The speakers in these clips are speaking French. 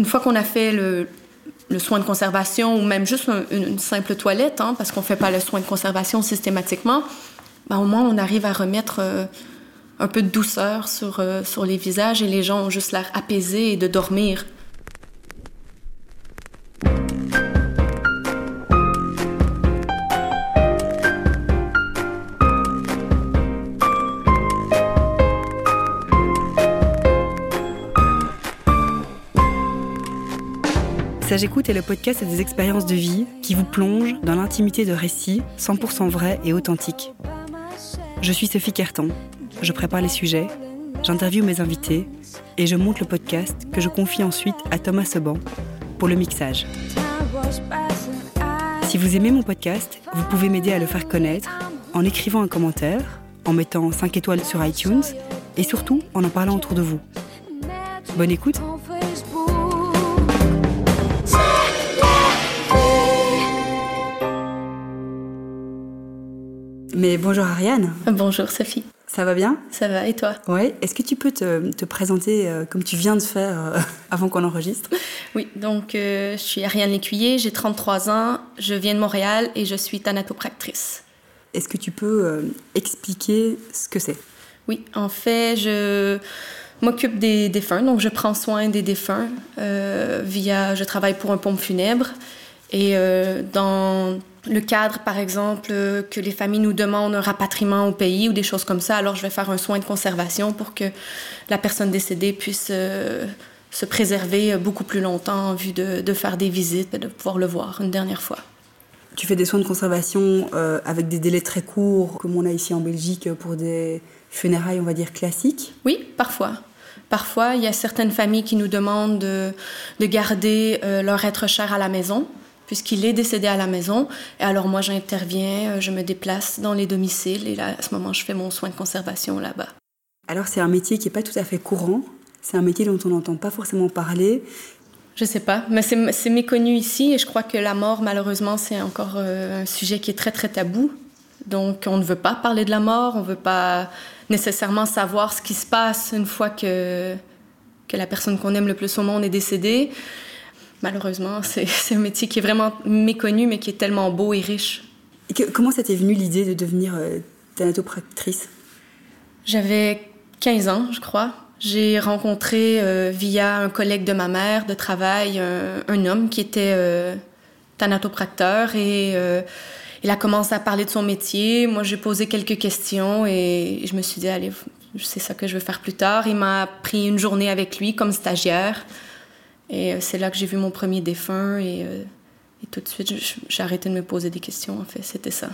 une fois qu'on a fait le soin de conservation ou même juste une simple toilette, parce qu'on ne fait pas le soin de conservation systématiquement, au moins on arrive à remettre un peu de douceur sur les visages et les gens ont juste l'air apaisés et de dormir. Sage Écoute est le podcast des expériences de vie qui vous plonge dans l'intimité de récits 100% vrais et authentiques. Je suis Sophie Carton, je prépare les sujets, j'interviewe mes invités et je monte le podcast que je confie ensuite à Thomas Seban pour le mixage. Si vous aimez mon podcast, vous pouvez m'aider à le faire connaître en écrivant un commentaire, en mettant 5 étoiles sur iTunes et surtout en parlant autour de vous. Bonne écoute! Mais bonjour Ariane. Bonjour Sophie. Ça va bien? Ça va, et toi? Oui. Est-ce que tu peux te présenter comme tu viens de faire avant qu'on enregistre? Oui, donc je suis Ariane Lécuyer, j'ai 33 ans, je viens de Montréal et je suis thanatopractrice. Est-ce que tu peux expliquer ce que c'est? Oui, en fait, je m'occupe des défunts, donc je prends soin des défunts je travaille pour un pompe funèbre et dans le cadre, par exemple, que les familles nous demandent un rapatriement au pays ou des choses comme ça, alors je vais faire un soin de conservation pour que la personne décédée puisse se préserver beaucoup plus longtemps en vue de faire des visites et de pouvoir le voir une dernière fois. Tu fais des soins de conservation avec des délais très courts, comme on a ici en Belgique pour des funérailles, on va dire, classiques? Oui, parfois. Parfois, il y a certaines familles qui nous demandent de garder leur être cher à la maison, puisqu'il est décédé à la maison. Et alors moi, j'interviens, je me déplace dans les domiciles et là, à ce moment, je fais mon soin de conservation là-bas. Alors, c'est un métier qui n'est pas tout à fait courant. C'est un métier dont on n'entend pas forcément parler. Je sais pas, mais c'est méconnu ici et je crois que la mort, malheureusement, c'est encore un sujet qui est très, très tabou. Donc, on ne veut pas parler de la mort, on ne veut pas nécessairement savoir ce qui se passe une fois que la personne qu'on aime le plus au monde est décédée. Malheureusement, c'est un métier qui est vraiment méconnu, mais qui est tellement beau et riche. Et comment ça t'est venu l'idée de devenir thanatopractrice? J'avais 15 ans, je crois. J'ai rencontré via un collègue de ma mère de travail un homme qui était thanatopracteur et il a commencé à parler de son métier. Moi, j'ai posé quelques questions et je me suis dit, allez, c'est ça que je veux faire plus tard. Il m'a pris une journée avec lui comme stagiaire. Et c'est là que j'ai vu mon premier défunt et tout de suite, j'ai arrêté de me poser des questions, en fait, c'était ça.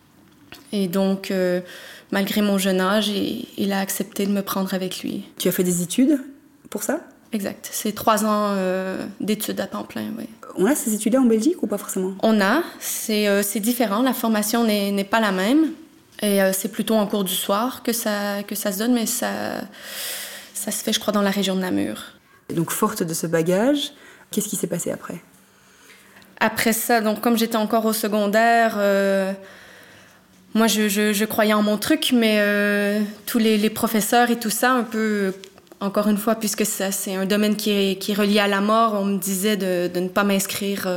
Et donc, malgré mon jeune âge, il a accepté de me prendre avec lui. Tu as fait des études pour ça? Exact, c'est 3 ans d'études à temps plein, oui. On a ces études-là en Belgique ou pas forcément? On a, c'est différent, la formation n'est pas la même. Et c'est plutôt en cours du soir que ça se donne, mais ça se fait, je crois, dans la région de Namur. Donc, forte de ce bagage, qu'est-ce qui s'est passé après? Après ça, donc comme j'étais encore au secondaire, moi je croyais en mon truc, mais tous les professeurs et tout ça, un peu, encore une fois, puisque ça, c'est un domaine qui est relié à la mort, on me disait de ne pas m'inscrire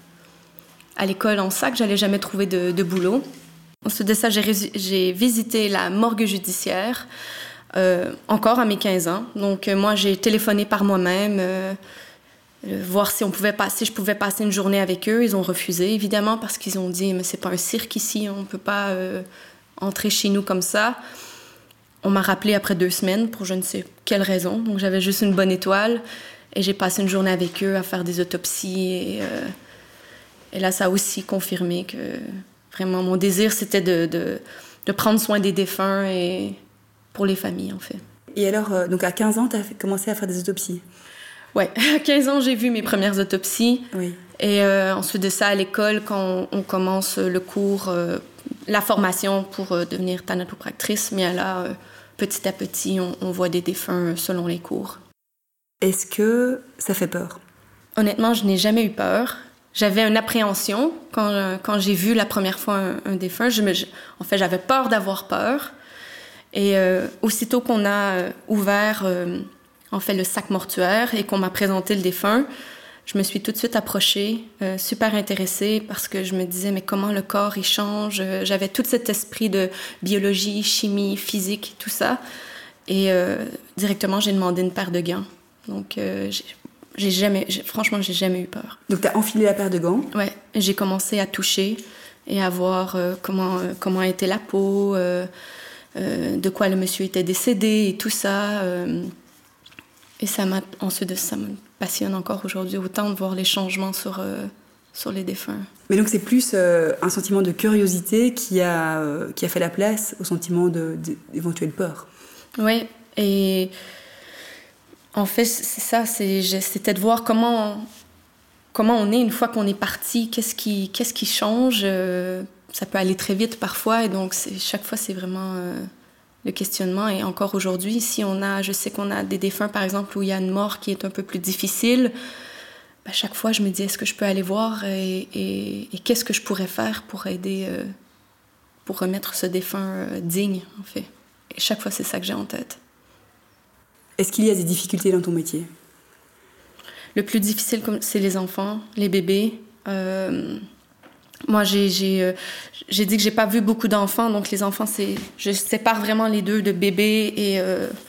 à l'école en sac, j'allais jamais trouver de boulot. Ensuite de ça, j'ai visité la morgue judiciaire. Encore à mes 15 ans. Donc, moi, j'ai téléphoné par moi-même, voir si je pouvais passer une journée avec eux. Ils ont refusé, évidemment, parce qu'ils ont dit « Mais c'est pas un cirque ici, on peut pas entrer chez nous comme ça. » On m'a rappelé après 2 semaines pour je ne sais quelle raison. Donc, j'avais juste une bonne étoile et j'ai passé une journée avec eux à faire des autopsies. Et là, ça a aussi confirmé que vraiment, mon désir, c'était de prendre soin des défunts et pour les familles, en fait. Et alors, donc à 15 ans, tu as commencé à faire des autopsies? Oui, à 15 ans, j'ai vu mes premières autopsies. Oui. Et ensuite de ça, à l'école, quand on commence le cours, la formation pour devenir thanatopractrice, mais là, petit à petit, on voit des défunts selon les cours. Est-ce que ça fait peur? Honnêtement, je n'ai jamais eu peur. J'avais une appréhension quand j'ai vu la première fois un défunt. En fait, j'avais peur d'avoir peur. Et aussitôt qu'on a ouvert en fait, le sac mortuaire et qu'on m'a présenté le défunt, je me suis tout de suite approchée, super intéressée, parce que je me disais, mais comment le corps, il change? J'avais tout cet esprit de biologie, chimie, physique, tout ça. Et directement, j'ai demandé une paire de gants. Donc, franchement, j'ai jamais eu peur. Donc, tu as enfilé la paire de gants? Ouais, j'ai commencé à toucher et à voir comment était la peau, de quoi le monsieur était décédé et tout ça. Et ensuite, ça me passionne encore aujourd'hui, autant de voir les changements sur les défunts. Mais donc c'est plus un sentiment de curiosité qui a fait la place au sentiment d'éventuelle peur. Oui, et en fait, c'est ça, c'était de voir comment on est une fois qu'on est parti, qu'est-ce qui change. Ça peut aller très vite parfois, et donc chaque fois, c'est vraiment le questionnement. Et encore aujourd'hui, je sais qu'on a des défunts, par exemple, où il y a une mort qui est un peu plus difficile, à chaque fois, je me dis, est-ce que je peux aller voir et qu'est-ce que je pourrais faire pour aider, pour remettre ce défunt digne, en fait. Et chaque fois, c'est ça que j'ai en tête. Est-ce qu'il y a des difficultés dans ton métier? Le plus difficile, c'est les enfants, les bébés. Moi, j'ai dit que j'ai pas vu beaucoup d'enfants, donc les enfants, je sépare vraiment les deux de bébés et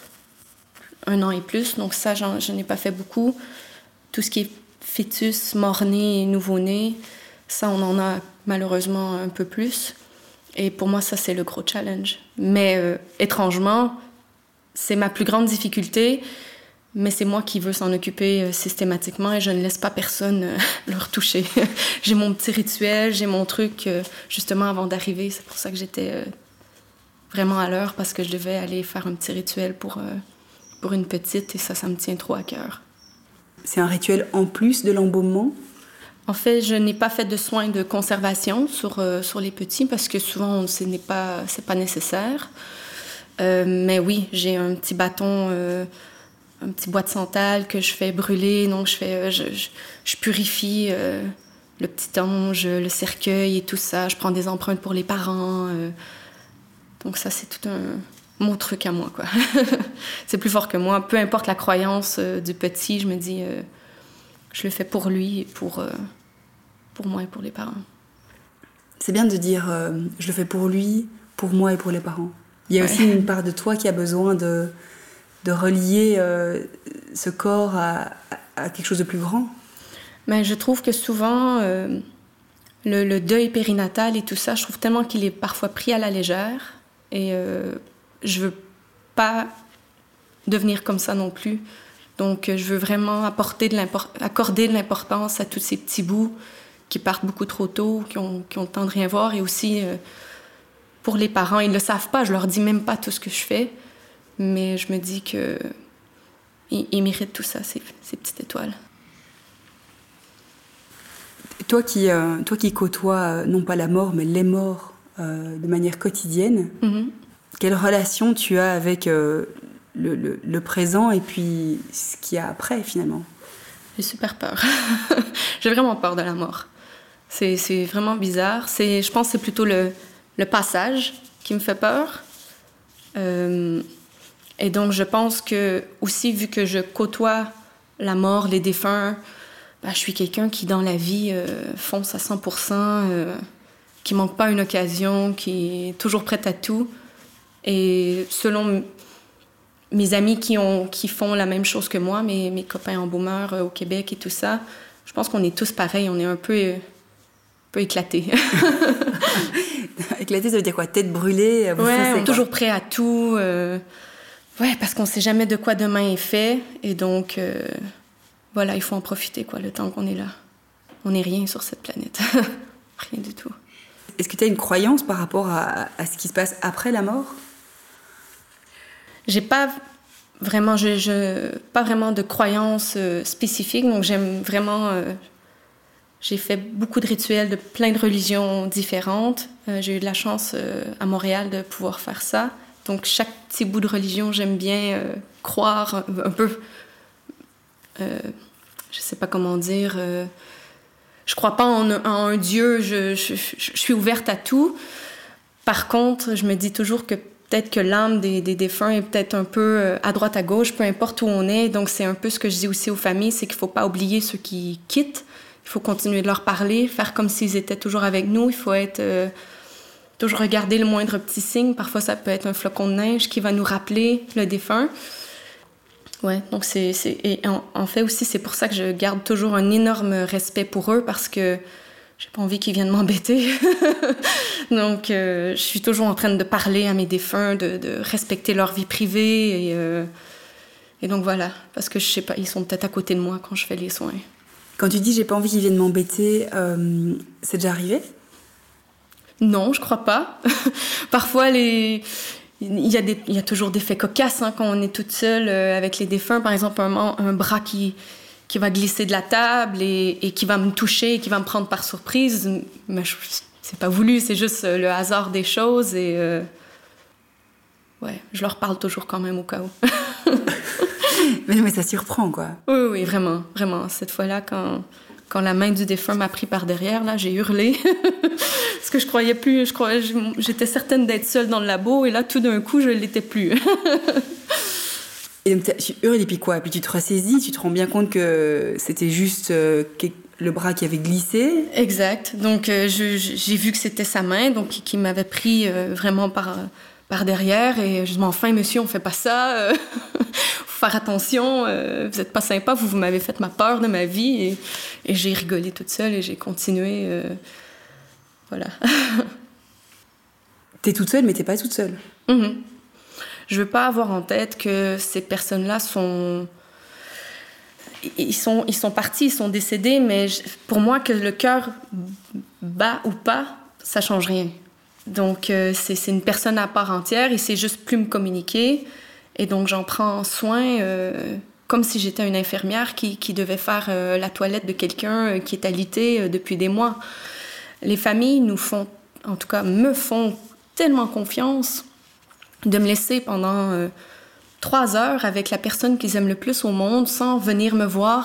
1 an et plus. Donc ça, je n'ai pas fait beaucoup. Tout ce qui est fœtus, mort-né et nouveau-né, ça, on en a malheureusement un peu plus. Et pour moi, ça, c'est le gros challenge. Mais étrangement, c'est ma plus grande difficulté, mais c'est moi qui veux s'en occuper systématiquement et je ne laisse pas personne leur toucher. J'ai mon petit rituel, j'ai mon truc, justement, avant d'arriver. C'est pour ça que j'étais vraiment à l'heure, parce que je devais aller faire un petit rituel pour une petite, et ça me tient trop à cœur. C'est un rituel en plus de l'embaumement? En fait, je n'ai pas fait de soins de conservation sur les petits, parce que souvent, c'est pas nécessaire. Mais oui, j'ai un petit bâton, un petit bois de santal que je fais brûler. Donc, je purifie le petit ange, le cercueil et tout ça. Je prends des empreintes pour les parents. Donc ça, c'est tout mon truc à moi, quoi. C'est plus fort que moi. Peu importe la croyance du petit, je me dis, je le fais pour lui et pour moi et pour les parents. C'est bien de dire, je le fais pour lui, pour moi et pour les parents. Il y a aussi une part de toi qui a besoin de relier ce corps à quelque chose de plus grand. Mais je trouve que souvent, le deuil périnatal et tout ça, je trouve tellement qu'il est parfois pris à la légère. Et je veux pas devenir comme ça non plus. Donc, je veux vraiment accorder de l'importance à tous ces petits bouts qui partent beaucoup trop tôt, qui ont le temps de rien voir. Et aussi, pour les parents, ils ne le savent pas. Je leur dis même pas tout ce que je fais. Mais je me dis qu'ils méritent tout ça, ces petites étoiles. Toi qui côtoies non pas la mort, mais les morts de manière quotidienne, quelle relation tu as avec le présent et puis ce qu'il y a après, finalement? J'ai super peur. J'ai vraiment peur de la mort. C'est vraiment bizarre. Je pense que c'est plutôt le passage qui me fait peur. Et donc, je pense que, aussi, vu que je côtoie la mort, les défunts, je suis quelqu'un qui, dans la vie, fonce à 100%, qui manque pas une occasion, qui est toujours prête à tout. Et selon mes amis qui font la même chose que moi, mes copains embaumeurs au Québec et tout ça, je pense qu'on est tous pareils, on est un peu éclatés. Éclaté, ça veut dire quoi? Tête brûlée? On est toujours prêt à tout. Parce qu'on sait jamais de quoi demain est fait. Et donc, voilà, il faut en profiter, quoi, le temps qu'on est là. On n'est rien sur cette planète. Rien du tout. Est-ce que tu as une croyance par rapport à ce qui se passe après la mort? J'ai pas vraiment, pas vraiment de croyance spécifique. Donc, j'aime vraiment... j'ai fait beaucoup de rituels de plein de religions différentes. J'ai eu de la chance à Montréal de pouvoir faire ça. Donc, chaque petit bout de religion, j'aime bien croire un peu... je sais pas comment dire... je crois pas en un Dieu, je suis ouverte à tout. Par contre, je me dis toujours que peut-être que l'âme des défunts est peut-être un peu à droite, à gauche, peu importe où on est. Donc, c'est un peu ce que je dis aussi aux familles, c'est qu'il ne faut pas oublier ceux qui quittent. Il faut continuer de leur parler, faire comme s'ils étaient toujours avec nous. Il faut être... toujours regarder le moindre petit signe. Parfois, ça peut être un flocon de neige qui va nous rappeler le défunt. Ouais, donc et en fait aussi, c'est pour ça que je garde toujours un énorme respect pour eux, parce que j'ai pas envie qu'ils viennent m'embêter. Donc, je suis toujours en train de parler à mes défunts, de respecter leur vie privée. Et donc voilà, parce que je sais pas, ils sont peut-être à côté de moi quand je fais les soins. Quand tu dis j'ai pas envie qu'ils viennent m'embêter, c'est déjà arrivé ? Non, je crois pas. Parfois, il y a toujours des faits cocasses quand on est toute seule avec les défunts. Par exemple, un bras qui va glisser de la table et qui va me toucher, qui va me prendre par surprise. Mais c'est pas voulu, c'est juste le hasard des choses. Et ouais, je leur parle toujours quand même au cas où. Mais ça surprend, quoi. Oui, vraiment, vraiment. Cette fois-là, quand la main du défunt m'a pris par derrière, là, j'ai hurlé. Parce que je croyais plus, j'étais certaine d'être seule dans le labo, et là, tout d'un coup, je l'étais plus. Et donc, tu hurles, et puis quoi ? Et puis tu te ressaisis, tu te rends bien compte que c'était juste le bras qui avait glissé. Exact. Donc, j'ai vu que c'était sa main, donc qui m'avait pris vraiment par derrière, et je dis, mais enfin, monsieur, on fait pas ça. Faut faire attention, vous êtes pas sympa, vous m'avez fait ma peur de ma vie. Et j'ai rigolé toute seule, et j'ai continué... Voilà. T'es toute seule, mais t'es pas toute seule. Mm-hmm. Je veux pas avoir en tête que ces personnes-là ils sont partis, ils sont décédés, mais pour moi, que le cœur bat ou pas, ça change rien. Donc, c'est une personne à part entière, il sait juste plus me communiquer. Et donc, j'en prends soin comme si j'étais une infirmière qui devait faire la toilette de quelqu'un qui est alité depuis des mois. Les familles me font tellement confiance de me laisser pendant 3 heures avec la personne qu'ils aiment le plus au monde, sans venir me voir,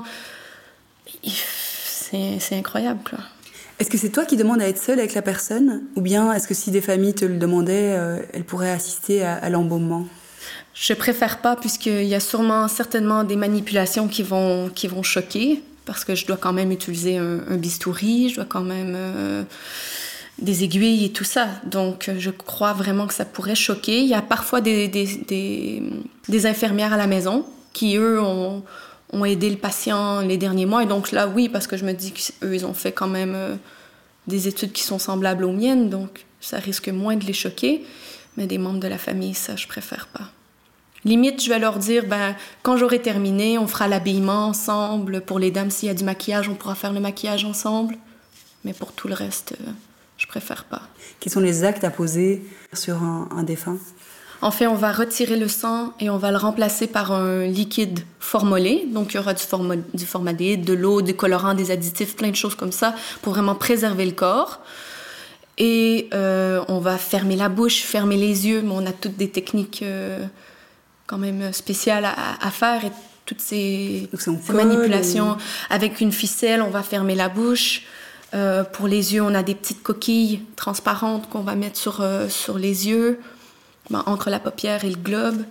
C'est incroyable, quoi. Est-ce que c'est toi qui demandes à être seule avec la personne ? Ou bien est-ce que si des familles te le demandaient, elles pourraient assister à l'embaumement ? Je préfère pas, puisqu'il y a certainement des manipulations qui vont choquer, parce que je dois quand même utiliser un bistouri, je dois quand même... des aiguilles et tout ça. Donc, je crois vraiment que ça pourrait choquer. Il y a parfois des infirmières à la maison qui, eux, ont aidé le patient les derniers mois. Et donc là, oui, parce que je me dis qu'eux, ils ont fait quand même des études qui sont semblables aux miennes. Donc, ça risque moins de les choquer. Mais des membres de la famille, ça, je préfère pas. Limite, je vais leur dire, quand j'aurai terminé, on fera l'habillement ensemble. Pour les dames, s'il y a du maquillage, on pourra faire le maquillage ensemble. Mais pour tout le reste... je préfère pas. Quels sont les actes à poser sur un défunt ? En fait, on va retirer le sang et on va le remplacer par un liquide formolé. Donc, il y aura du formaldéhyde, de l'eau, des colorants, des additifs, plein de choses comme ça pour vraiment préserver le corps. Et on va fermer la bouche, fermer les yeux, mais on a toutes des techniques quand même spéciales à faire. Et toutes ces manipulations. Avec une ficelle, on va fermer la bouche. Pour les yeux, on a des petites coquilles transparentes qu'on va mettre sur les yeux, entre la paupière et le globe.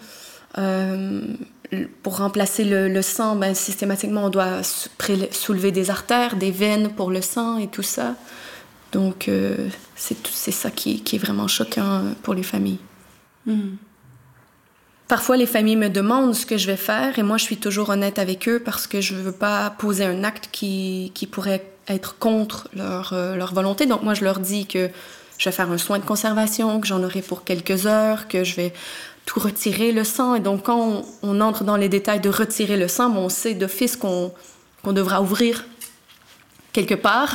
Pour remplacer le sang, systématiquement, on doit soulever des artères, des veines pour le sang et tout ça. Donc, c'est ça qui est vraiment choquant pour les familles. Mm. Parfois, les familles me demandent ce que je vais faire et moi, je suis toujours honnête avec eux parce que je ne veux pas poser un acte qui pourrait être contre leur volonté. Donc, moi, je leur dis que je vais faire un soin de conservation, que j'en aurai pour quelques heures, que je vais tout retirer le sang. Et donc, quand on entre dans les détails de retirer le sang, on sait d'office qu'on devra ouvrir quelque part.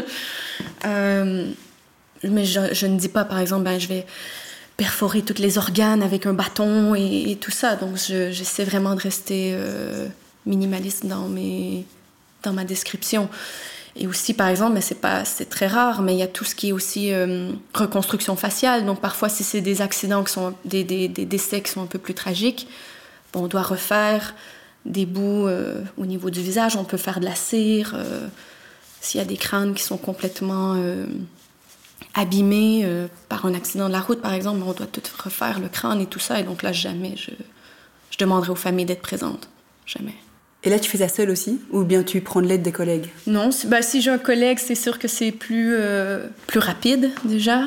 Mais je ne dis pas, par exemple, je vais perforer tous les organes avec un bâton et tout ça. Donc, j'essaie vraiment de rester minimaliste dans ma description. Et aussi, par exemple, c'est très rare, mais il y a tout ce qui est aussi reconstruction faciale. Donc, parfois, si c'est des accidents qui sont des décès qui sont un peu plus tragiques, on doit refaire des bouts au niveau du visage. On peut faire de la cire. S'il y a des crânes qui sont complètement abîmé par un accident de la route, par exemple, on doit tout refaire, le crâne et tout ça. Et donc là, jamais je demanderai aux familles d'être présentes. Jamais. Et là, tu fais ça seule aussi? Ou bien tu prends de l'aide des collègues? Non, si j'ai un collègue, c'est sûr que c'est plus rapide, déjà.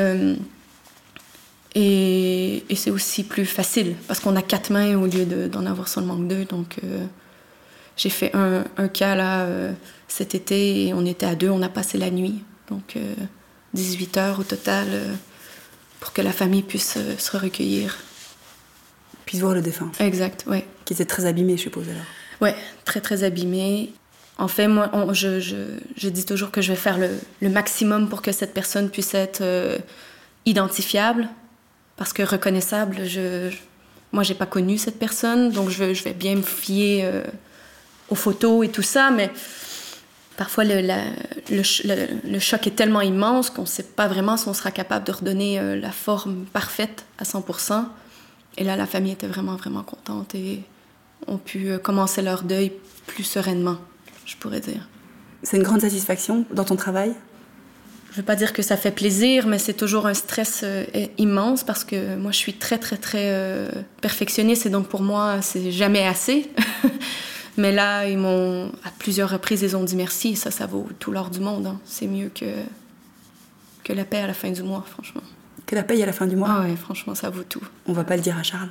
Et c'est aussi plus facile, parce qu'on a 4 mains au lieu d'en avoir seulement 2. Donc, j'ai fait un cas, là, cet été, et on était à 2, on a passé la nuit. Donc, 18 heures au total, pour que la famille puisse se recueillir. Puisse voir le défunt. Exact, oui. Qui était très abîmé, je suppose, alors. Oui, très, très abîmé. En fait, moi, je dis toujours que je vais faire le maximum pour que cette personne puisse être identifiable, parce que reconnaissable, moi, j'ai pas connu cette personne, donc je vais bien me fier aux photos et tout ça, mais parfois, le choc est tellement immense qu'on sait pas vraiment si on sera capable de redonner la forme parfaite à 100%. Et là, la famille était vraiment, vraiment contente et ont pu commencer leur deuil plus sereinement, je pourrais dire. C'est une grande satisfaction dans ton travail? Je ne veux pas dire que ça fait plaisir, mais c'est toujours un stress immense parce que moi, je suis très, très, très perfectionniste et donc pour moi, c'est jamais assez. Mais là, à plusieurs reprises, ils ont dit merci et ça vaut tout l'or du monde. Hein. C'est mieux que la paix à la fin du mois, franchement. Que la paye à la fin du mois? Ah ouais, franchement, ça vaut tout. On va pas le dire à Charles.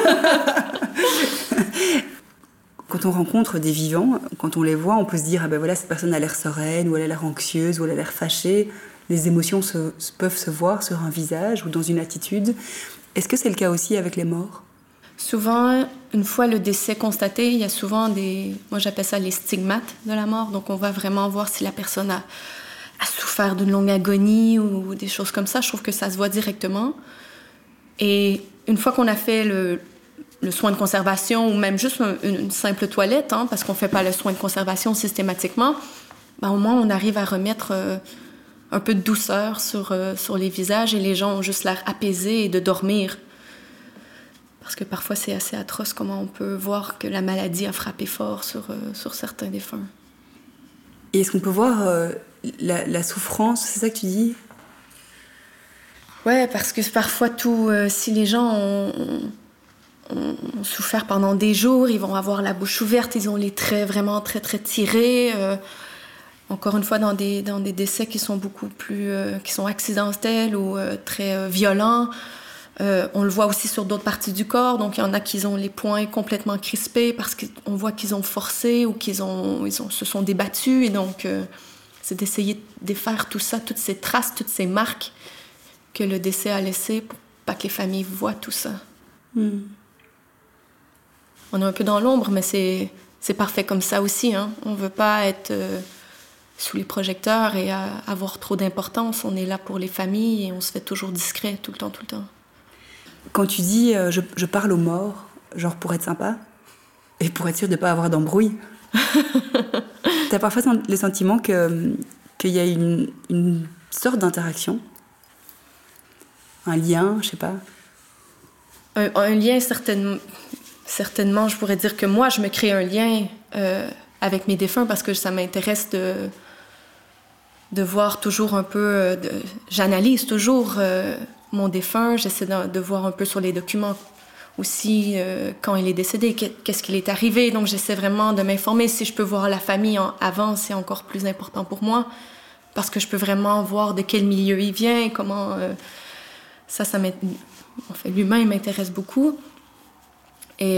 Quand on rencontre des vivants, quand on les voit, on peut se dire, ah ben voilà, cette personne a l'air sereine, ou elle a l'air anxieuse, ou elle a l'air fâchée. Les émotions peuvent se voir sur un visage ou dans une attitude. Est-ce que c'est le cas aussi avec les morts? Souvent, une fois le décès constaté, il y a souvent moi j'appelle ça les stigmates de la mort. Donc on va vraiment voir si la personne a souffert d'une longue agonie ou des choses comme ça. Je trouve que ça se voit directement. Et une fois qu'on a fait le soin de conservation ou même juste une simple toilette, hein, parce qu'on ne fait pas le soin de conservation systématiquement, au moins on arrive à remettre un peu de douceur sur les visages et les gens ont juste l'air apaisés et de dormir. Parce que parfois c'est assez atroce comment on peut voir que la maladie a frappé fort sur certains défunts. Et est-ce qu'on peut voir la souffrance, c'est ça que tu dis? Ouais, parce que parfois si les gens ont souffert pendant des jours, ils vont avoir la bouche ouverte, ils ont les traits vraiment très très tirés. Encore une fois, dans des décès qui sont beaucoup plus qui sont accidentels ou très violents. On le voit aussi sur d'autres parties du corps, donc il y en a qui ont les poings complètement crispés parce qu'on voit qu'ils ont forcé ou qu'ils se sont débattus. Et donc, c'est d'essayer de défaire tout ça, toutes ces traces, toutes ces marques que le décès a laissées pour pas que les familles voient tout ça. On est un peu dans l'ombre, mais c'est parfait comme ça aussi. Hein. On veut pas être sous les projecteurs et avoir trop d'importance. On est là pour les familles et on se fait toujours discret tout le temps. Quand tu dis je parle aux morts, genre pour être sympa et pour être sûr de ne pas avoir d'embrouille, t'as parfois le sentiment qu'il y a une sorte d'interaction, un lien, je sais pas. Un lien, certainement, je pourrais dire que moi, je me crée un lien avec mes défunts parce que ça m'intéresse de voir toujours un peu... j'analyse toujours mon défunt, j'essaie de voir un peu sur les documents aussi quand il est décédé, qu'est-ce qu'il est arrivé. Donc, j'essaie vraiment de m'informer. Si je peux voir la famille avant, c'est encore plus important pour moi parce que je peux vraiment voir de quel milieu il vient, comment... En fait, l'humain, il m'intéresse beaucoup. Et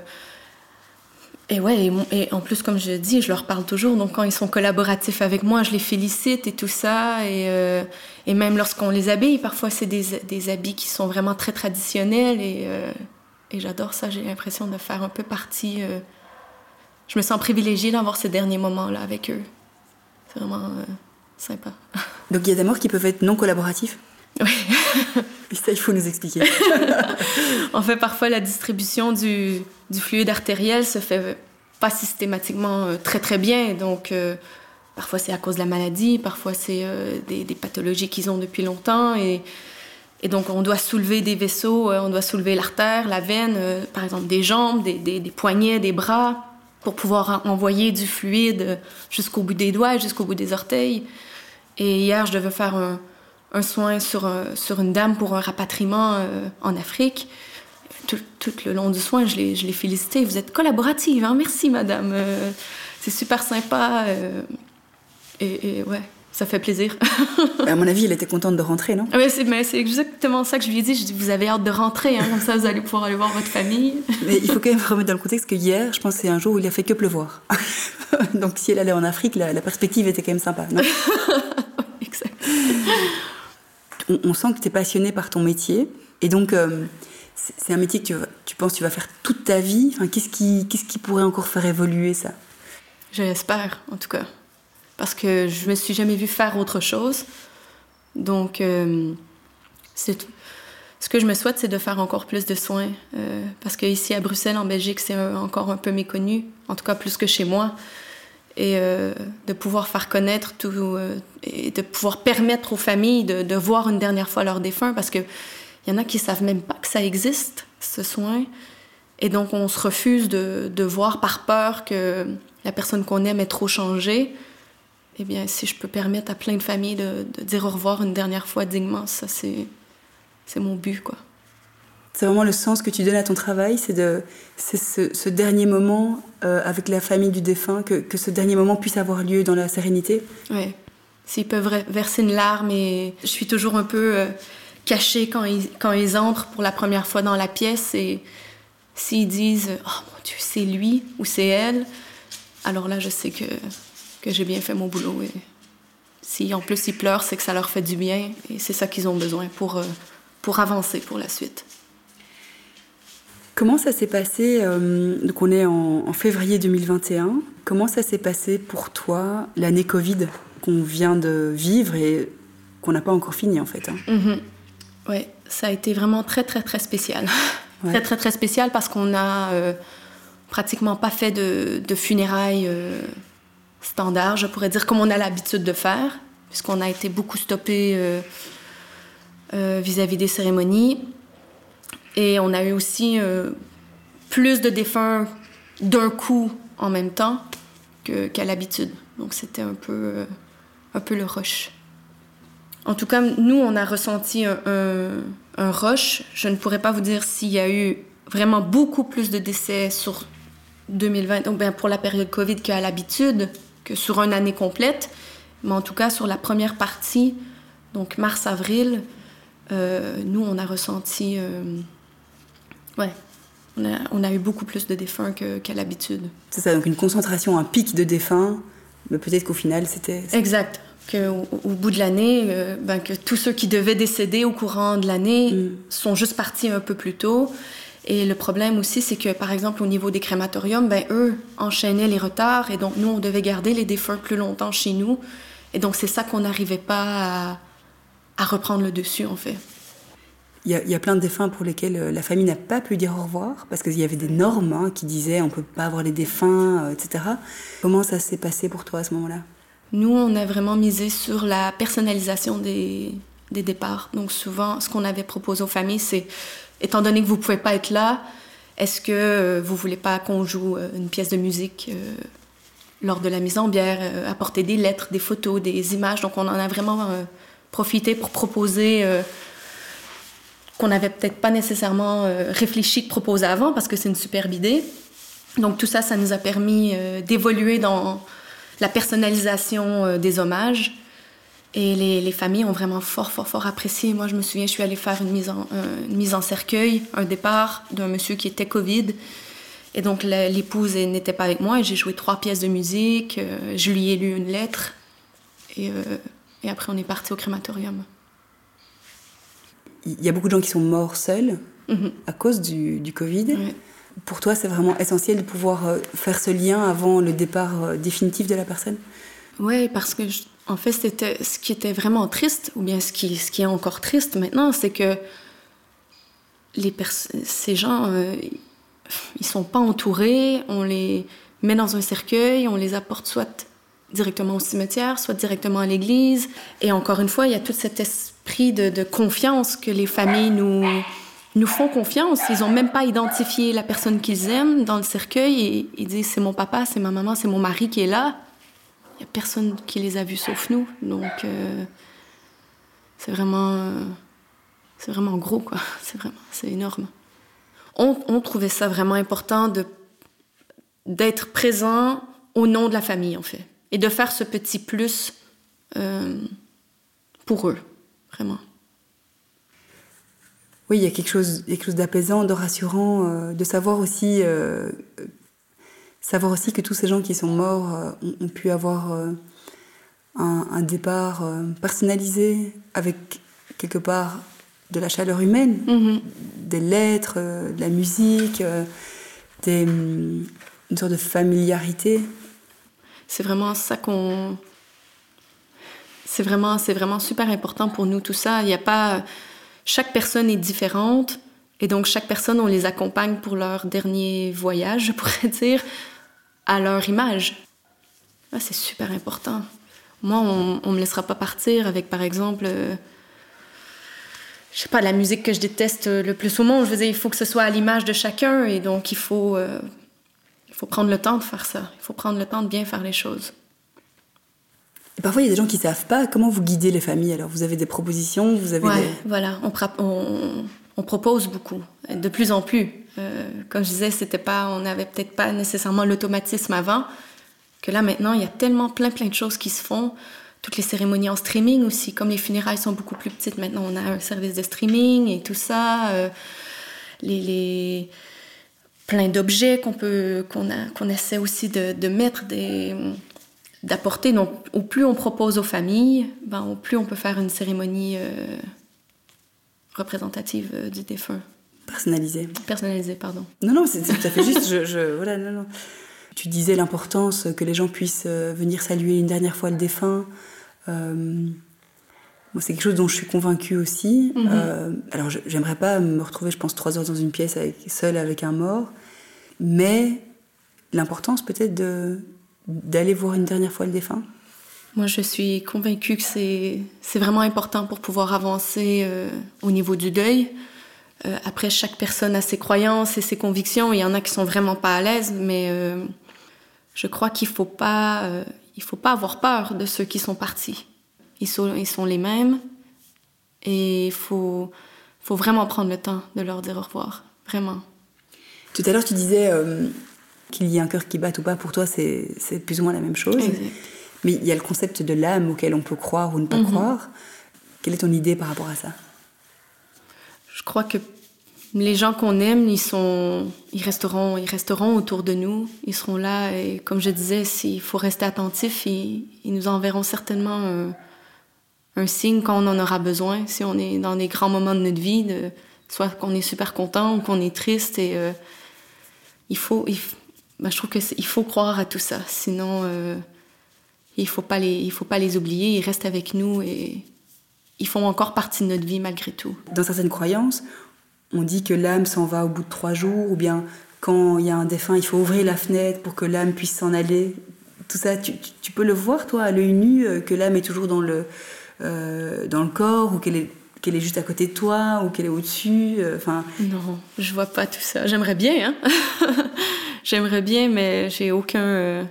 en plus, comme je dis, je leur parle toujours. Donc, quand ils sont collaboratifs avec moi, je les félicite et tout ça. Et même lorsqu'on les habille, parfois, c'est des habits qui sont vraiment très traditionnels. Et j'adore ça. J'ai l'impression de faire un peu partie... je me sens privilégiée d'avoir ces derniers moments-là avec eux. C'est vraiment sympa. Donc, il y a des morts qui peuvent être non collaboratifs? Oui. Et ça, il faut nous expliquer. En fait, parfois, la distribution du fluide artériel se fait pas systématiquement très, très bien. Donc, parfois, c'est à cause de la maladie. Parfois, c'est des pathologies qu'ils ont depuis longtemps. Et donc, on doit soulever des vaisseaux. On doit soulever l'artère, la veine, par exemple, des jambes, des poignets, des bras, pour pouvoir envoyer du fluide jusqu'au bout des doigts, jusqu'au bout des orteils. Et hier, je devais faire un un soin sur une dame pour un rapatriement en Afrique. Tout le long du soin, je l'ai félicité. Vous êtes collaborative, hein? Merci, madame. C'est super sympa. Et ouais, ça fait plaisir. À mon avis, elle était contente de rentrer, non? Mais c'est exactement ça que je lui ai dit. Je dis, vous avez hâte de rentrer, hein? Comme ça, vous allez pouvoir aller voir votre famille. Mais il faut quand même remettre dans le contexte que hier, je pense que c'est un jour où il a fait que pleuvoir. Donc si elle allait en Afrique, la perspective était quand même sympa, non? Exact. On sent que tu es passionnée par ton métier. Et donc, c'est un métier que tu penses que tu vas faire toute ta vie. Enfin, qu'est-ce qui pourrait encore faire évoluer ça? Je l'espère, en tout cas. Parce que je me suis jamais vue faire autre chose. Donc, ce que je me souhaite, c'est de faire encore plus de soins. Parce qu'ici, à Bruxelles, en Belgique, c'est encore un peu méconnu. En tout cas, plus que chez moi. Et de pouvoir faire connaître tout... et de pouvoir permettre aux familles de voir une dernière fois leurs défunts. Parce qu'il y en a qui savent même pas que ça existe, ce soin. Et donc, on se refuse de voir par peur que la personne qu'on aime est trop changée. Eh bien, si je peux permettre à plein de familles de dire au revoir une dernière fois dignement, ça, c'est mon but, quoi. C'est vraiment le sens que tu donnes à ton travail, c'est ce dernier moment avec la famille du défunt, que ce dernier moment puisse avoir lieu dans la sérénité. Oui. S'ils peuvent verser une larme, et je suis toujours un peu cachée quand ils entrent pour la première fois dans la pièce, et s'ils disent « Oh mon Dieu, c'est lui ou c'est elle », alors là, je sais que j'ai bien fait mon boulot. Et si en plus ils pleurent, c'est que ça leur fait du bien. Et c'est ça qu'ils ont besoin pour avancer pour la suite. Comment ça s'est passé, donc on est en février 2021, comment ça s'est passé pour toi, l'année Covid qu'on vient de vivre et qu'on n'a pas encore fini en fait, hein? Mm-hmm. Oui, ça a été vraiment très, très, très spécial. Ouais. Très, très, très spécial parce qu'on n'a pratiquement pas fait de funérailles standard, je pourrais dire, comme on a l'habitude de faire, puisqu'on a été beaucoup stoppé vis-à-vis des cérémonies. Et on a eu aussi plus de défunts d'un coup en même temps qu'à l'habitude. Donc c'était un peu le rush. En tout cas, nous, on a ressenti un rush. Je ne pourrais pas vous dire s'il y a eu vraiment beaucoup plus de décès sur 2020, donc bien pour la période Covid qu'à l'habitude, que sur une année complète. Mais en tout cas, sur la première partie, donc mars-avril, nous, on a ressenti... on a eu beaucoup plus de défunts qu'à l'habitude. C'est ça, donc une concentration, un pic de défunts, mais peut-être qu'au final, c'était... Exact. Qu'au bout de l'année, que tous ceux qui devaient décéder au courant de l'année sont juste partis un peu plus tôt. Et le problème aussi, c'est que, par exemple, au niveau des crématoriums, eux enchaînaient les retards. Et donc, nous, on devait garder les défunts plus longtemps chez nous. Et donc, c'est ça qu'on n'arrivait pas à reprendre le dessus, en fait. Il y a plein de défunts pour lesquels la famille n'a pas pu dire au revoir, parce qu'il y avait des normes qui disaient on ne peut pas avoir les défunts, etc. Comment ça s'est passé pour toi à ce moment-là? Nous, on a vraiment misé sur la personnalisation des départs. Donc, souvent, ce qu'on avait proposé aux familles, c'est... Étant donné que vous ne pouvez pas être là, est-ce que vous ne voulez pas qu'on joue une pièce de musique lors de la mise en bière, apporter des lettres, des photos, des images? Donc, on en a vraiment profité pour proposer qu'on n'avait peut-être pas nécessairement réfléchi de proposer avant, parce que c'est une superbe idée. Donc, tout ça, ça nous a permis d'évoluer dans la personnalisation des hommages. Et les familles ont vraiment fort apprécié. Moi, je me souviens, je suis allée faire une mise en cercueil, un départ d'un monsieur qui était Covid. Et donc, l'épouse n'était pas avec moi. Et j'ai joué 3 pièces de musique. Je lui ai lu une lettre. Et après, on est parti au crématorium. Il y a beaucoup de gens qui sont morts seuls à cause du Covid. Ouais. Pour toi, c'est vraiment essentiel de pouvoir faire ce lien avant le départ définitif de la personne? Oui, parce que... En fait, c'était ce qui était vraiment triste, ou bien ce qui est encore triste maintenant, c'est que ces gens, ils sont pas entourés, on les met dans un cercueil, on les apporte soit directement au cimetière, soit directement à l'église. Et encore une fois, il y a tout cet esprit de confiance que les familles nous font confiance. Ils n'ont même pas identifié la personne qu'ils aiment dans le cercueil et ils disent « c'est mon papa, c'est ma maman, c'est mon mari qui est là ». Il n'y a personne qui les a vus sauf nous. Donc, c'est vraiment gros, quoi. C'est énorme. On trouvait ça vraiment important d'être présent au nom de la famille, en fait. Et de faire ce petit plus pour eux, vraiment. Oui, il y a quelque chose d'apaisant, de rassurant, de savoir aussi que tous ces gens qui sont morts ont pu avoir un départ personnalisé avec quelque part de la chaleur humaine, des lettres, de la musique, une sorte de familiarité. C'est vraiment ça c'est vraiment super important pour nous, tout ça. Il y a pas... Chaque personne est différente, et donc chaque personne, on les accompagne pour leur dernier voyage, je pourrais dire, à leur image. Ah, c'est super important. Moi, on me laissera pas partir avec, par exemple... je sais pas, la musique que je déteste le plus au monde. Je veux dire, il faut que ce soit à l'image de chacun, et donc il faut prendre le temps de faire ça. Il faut prendre le temps de bien faire les choses. Et parfois, il y a des gens qui savent pas. Comment vous guidez les familles? Alors, vous avez des propositions, Voilà. On propose beaucoup, de plus en plus. Comme je disais, on n'avait peut-être pas nécessairement l'automatisme avant, que là, maintenant, il y a tellement plein de choses qui se font. Toutes les cérémonies en streaming aussi. Comme les funérailles sont beaucoup plus petites, maintenant, on a un service de streaming et tout ça. Plein d'objets qu'on essaie aussi de mettre, d'apporter. Donc, au plus on propose aux familles, au plus on peut faire une cérémonie représentative du défunt. Personnalisée, pardon. Non, c'est tout à fait juste. Voilà, non. Tu disais l'importance que les gens puissent venir saluer une dernière fois le défunt. Moi, c'est quelque chose dont je suis convaincue aussi. Alors, j'aimerais pas me retrouver, je pense, 3 heures dans une pièce seule avec un mort. Mais l'importance peut-être d'aller voir une dernière fois le défunt. Moi, je suis convaincue que c'est vraiment important pour pouvoir avancer au niveau du deuil. Après, chaque personne a ses croyances et ses convictions. Il y en a qui sont vraiment pas à l'aise, mais je crois qu'il faut pas avoir peur de ceux qui sont partis. Ils sont les mêmes, et il faut vraiment prendre le temps de leur dire au revoir, vraiment. Tout à l'heure, tu disais qu'il y ait un cœur qui batte ou pas, pour toi, c'est plus ou moins la même chose. Exact. Mais il y a le concept de l'âme auquel on peut croire ou ne pas croire. Quelle est ton idée par rapport à ça? Je crois que les gens qu'on aime, ils resteront autour de nous. Ils seront là, et comme je disais, s'il faut rester attentif, ils nous enverront certainement un signe quand on en aura besoin. Si on est dans des grands moments de notre vie, soit qu'on est super content ou qu'on est triste, et je trouve qu'il faut croire à tout ça. Sinon, il faut pas les oublier. Ils restent avec nous et ils font encore partie de notre vie malgré tout. Dans certaines croyances, on dit que l'âme s'en va au bout de 3 jours, ou bien quand il y a un défunt, il faut ouvrir la fenêtre pour que l'âme puisse s'en aller. Tout ça, tu peux le voir, toi, à l'œil nu, que l'âme est toujours dans le corps, ou qu'elle est juste à côté de toi, ou qu'elle est au-dessus. Non, je vois pas tout ça. J'aimerais bien, hein. J'aimerais bien, mais j'ai aucun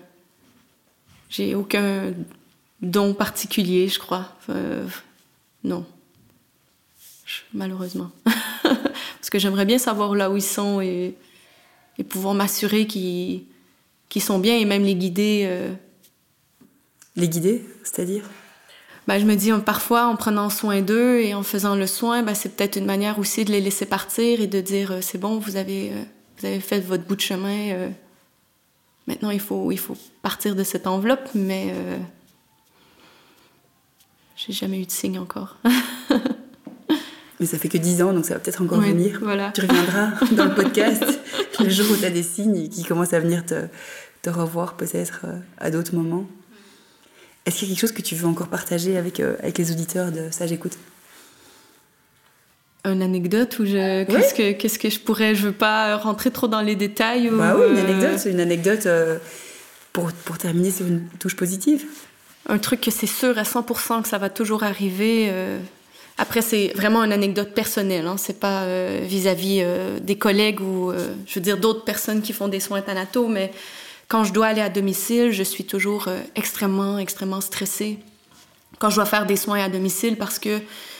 don particulier, je crois. Non. Malheureusement. Parce que j'aimerais bien savoir là où ils sont et pouvoir m'assurer qu'ils sont bien, et même les guider. Les guider, c'est-à-dire? Je me dis, parfois, en prenant soin d'eux et en faisant le soin, c'est peut-être une manière aussi de les laisser partir et de dire, c'est bon, vous avez fait votre bout de chemin. Maintenant, il faut partir de cette enveloppe, mais j'ai jamais eu de signe encore. Mais ça fait que 10 ans, donc ça va peut-être encore venir. Voilà. Tu reviendras dans le podcast le jour où tu as des signes qui commencent à venir te revoir peut-être à d'autres moments. Est-ce qu'il y a quelque chose que tu veux encore partager avec les auditeurs de Sage Écoute? Une anecdote où qu'est-ce que je pourrais... Je veux pas rentrer trop dans les détails. Oui, une anecdote pour terminer sur une touche positive. Un truc que c'est sûr à 100% que ça va toujours arriver. Après, c'est vraiment une anecdote personnelle. Hein. C'est pas vis-à-vis des collègues ou, je veux dire, d'autres personnes qui font des soins thanataux, mais quand je dois aller à domicile, je suis toujours extrêmement, extrêmement stressée quand je dois faire des soins à domicile, parce que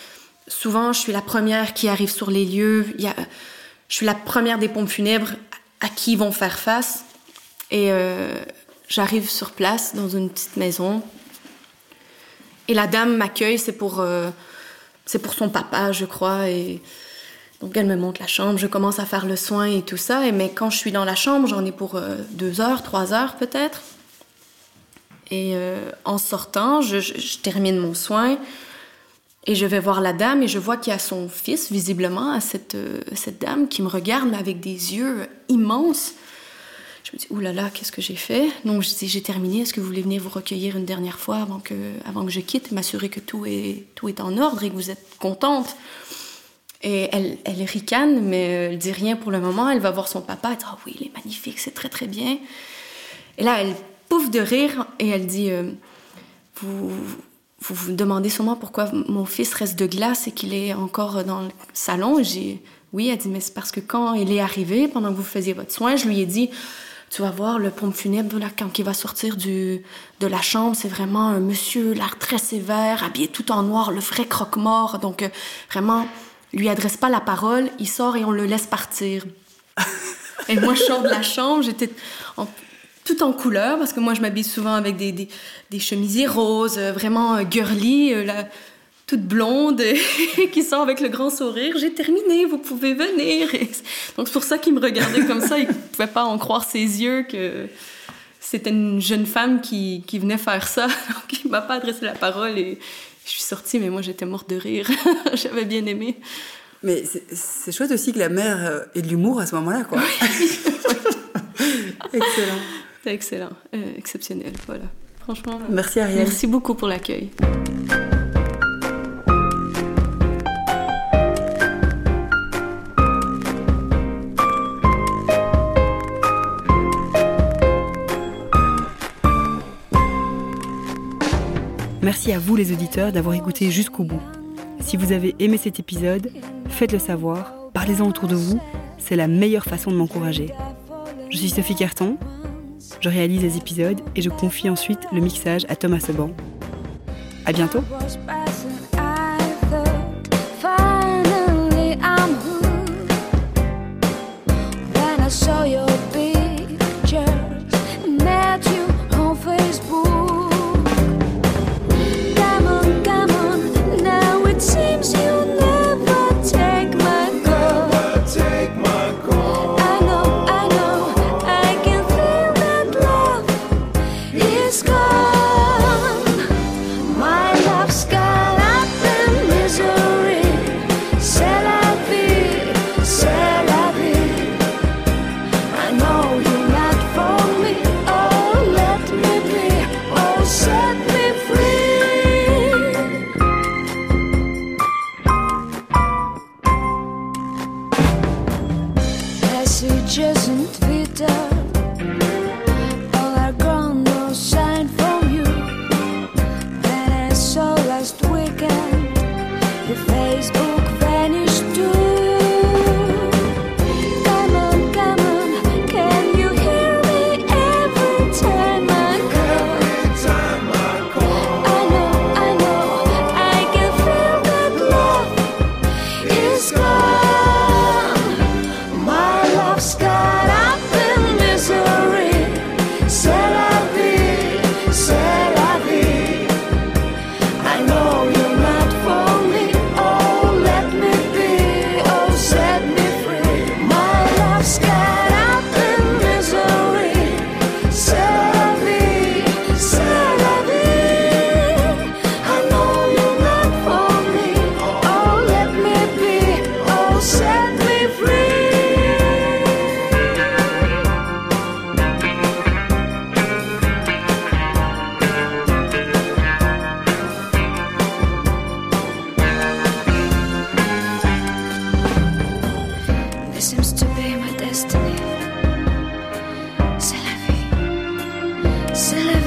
souvent, je suis la première qui arrive sur les lieux. Je suis la première des pompes funèbres à qui ils vont faire face. Et j'arrive sur place, dans une petite maison. Et la dame m'accueille, c'est pour son papa, je crois. Et donc, elle me montre la chambre. Je commence à faire le soin et tout ça. Mais quand je suis dans la chambre, j'en ai pour 2 heures, 3 heures peut-être. Et en sortant, je termine mon soin. Et je vais voir la dame et je vois qu'il y a son fils, visiblement, à cette dame qui me regarde, mais avec des yeux immenses. Je me dis, oulala, qu'est-ce que j'ai fait? Donc, je dis, j'ai terminé. Est-ce que vous voulez venir vous recueillir une dernière fois avant que je quitte, m'assurer que tout est en ordre et que vous êtes contente? Et elle ricane, mais elle dit rien pour le moment. Elle va voir son papa. Elle dit, ah oui, il est magnifique, c'est très, très bien. Et là, elle pouffe de rire et elle dit, vous vous demandez sûrement pourquoi mon fils reste de glace et qu'il est encore dans le salon. Et j'ai oui, elle dit, mais c'est parce que quand il est arrivé, pendant que vous faisiez votre soin, je lui ai dit, tu vas voir le pompe funèbre, là, quand il va sortir de la chambre, c'est vraiment un monsieur, l'air très sévère, habillé tout en noir, le vrai croque-mort. Donc, vraiment, lui adresse pas la parole, il sort et on le laisse partir. Et moi, je sors de la chambre, j'étais tout en couleur, parce que moi, je m'habille souvent avec des chemisiers roses, vraiment girly, toute blonde, qui sort avec le grand sourire. J'ai terminé, vous pouvez venir. Et donc, c'est pour ça qu'il me regardait comme ça. Il ne pouvait pas en croire ses yeux que c'était une jeune femme qui venait faire ça. Donc, il ne m'a pas adressé la parole et je suis sortie, mais moi, j'étais morte de rire. J'avais bien aimé. Mais c'est chouette aussi que la mère ait de l'humour à ce moment-là, quoi. Excellent. C'était excellent, exceptionnel, voilà. Franchement, merci Ariel. Merci beaucoup pour l'accueil. Merci à vous les auditeurs d'avoir écouté jusqu'au bout. Si vous avez aimé cet épisode, faites-le savoir, parlez-en autour de vous, c'est la meilleure façon de m'encourager. Je suis Sophie Carton, je réalise les épisodes et je confie ensuite le mixage à Thomas Seban. À bientôt. Seems to be my destiny. C'est la vie. C'est la vie.